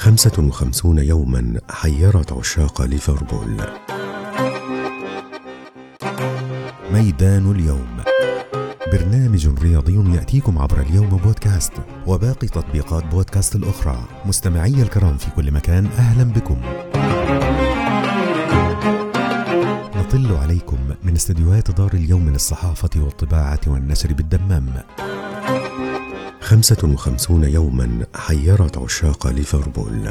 55 يوما حيرت عشاق ليفربول. ميدان اليوم، برنامج رياضي يأتيكم عبر اليوم بودكاست وباقي تطبيقات بودكاست الأخرى. مستمعي الكرام في كل مكان، أهلا بكم. نطل عليكم من استديوهات دار اليوم للصحافة والطباعة والنشر بالدمام. 55 يوما حيرت عشاق ليفربول.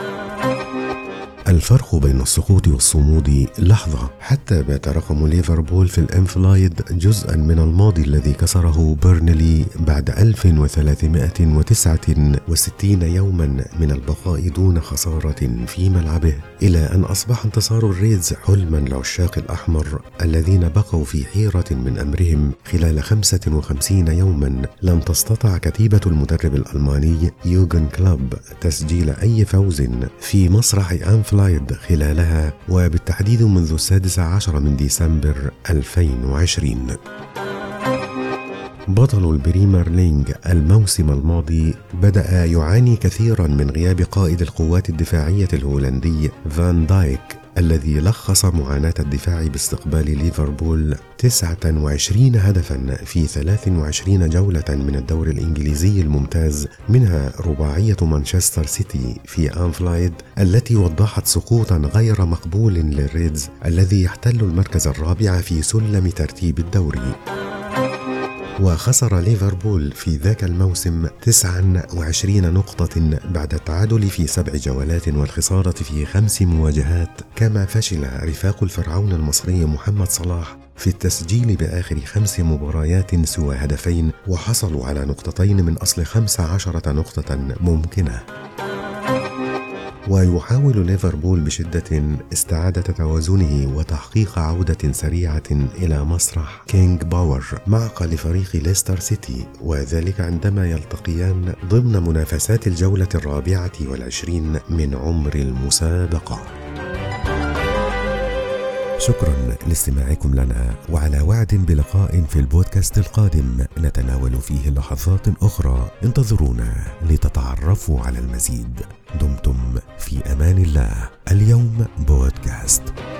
الفرق بين السقوط والصمود لحظة، حتى بات رقم ليفربول في الانفلايد جزءا من الماضي الذي كسره بيرنلي بعد 1369 يوما من البقاء دون خسارة في ملعبه، إلى أن أصبح انتصار الريدز حلما لعشاق الأحمر الذين بقوا في حيرة من أمرهم خلال 55 يوما. لم تستطع كتيبة المدرب الألماني يوغن كلوب تسجيل أي فوز في مسرح أنفلايد خلالها، وبالتحديد منذ 16 من ديسمبر 2020. بطل البريمير ليج الموسم الماضي بدأ يعاني كثيرا من غياب قائد القوات الدفاعية الهولندي فان دايك، الذي لخص معاناة الدفاع باستقبال ليفربول 29 هدفا في 23 جولة من الدوري الإنجليزي الممتاز، منها رباعية مانشستر سيتي في أنفلايد التي وضحت سقوطا غير مقبول للريدز الذي يحتل المركز الرابع في سلم ترتيب الدوري. وخسر ليفربول في ذاك الموسم 29 نقطة بعد التعادل في 7 جولات والخسارة في 5 مواجهات، كما فشل رفاق الفرعون المصري محمد صلاح في التسجيل بآخر 5 مباريات سوى هدفين، وحصلوا على نقطتين من أصل 15 نقطة ممكنة. ويحاول ليفربول بشدة استعادة توازنه وتحقيق عودة سريعة إلى مسرح كينج باور معقل فريق ليستر سيتي، وذلك عندما يلتقيان ضمن منافسات الجولة 24 من عمر المسابقة. شكرا لاستماعكم لنا، وعلى وعد بلقاء في البودكاست القادم نتناول فيه لحظات أخرى. انتظرونا لتتعرفوا على المزيد. دمتم في أمان الله. اليوم بودكاست.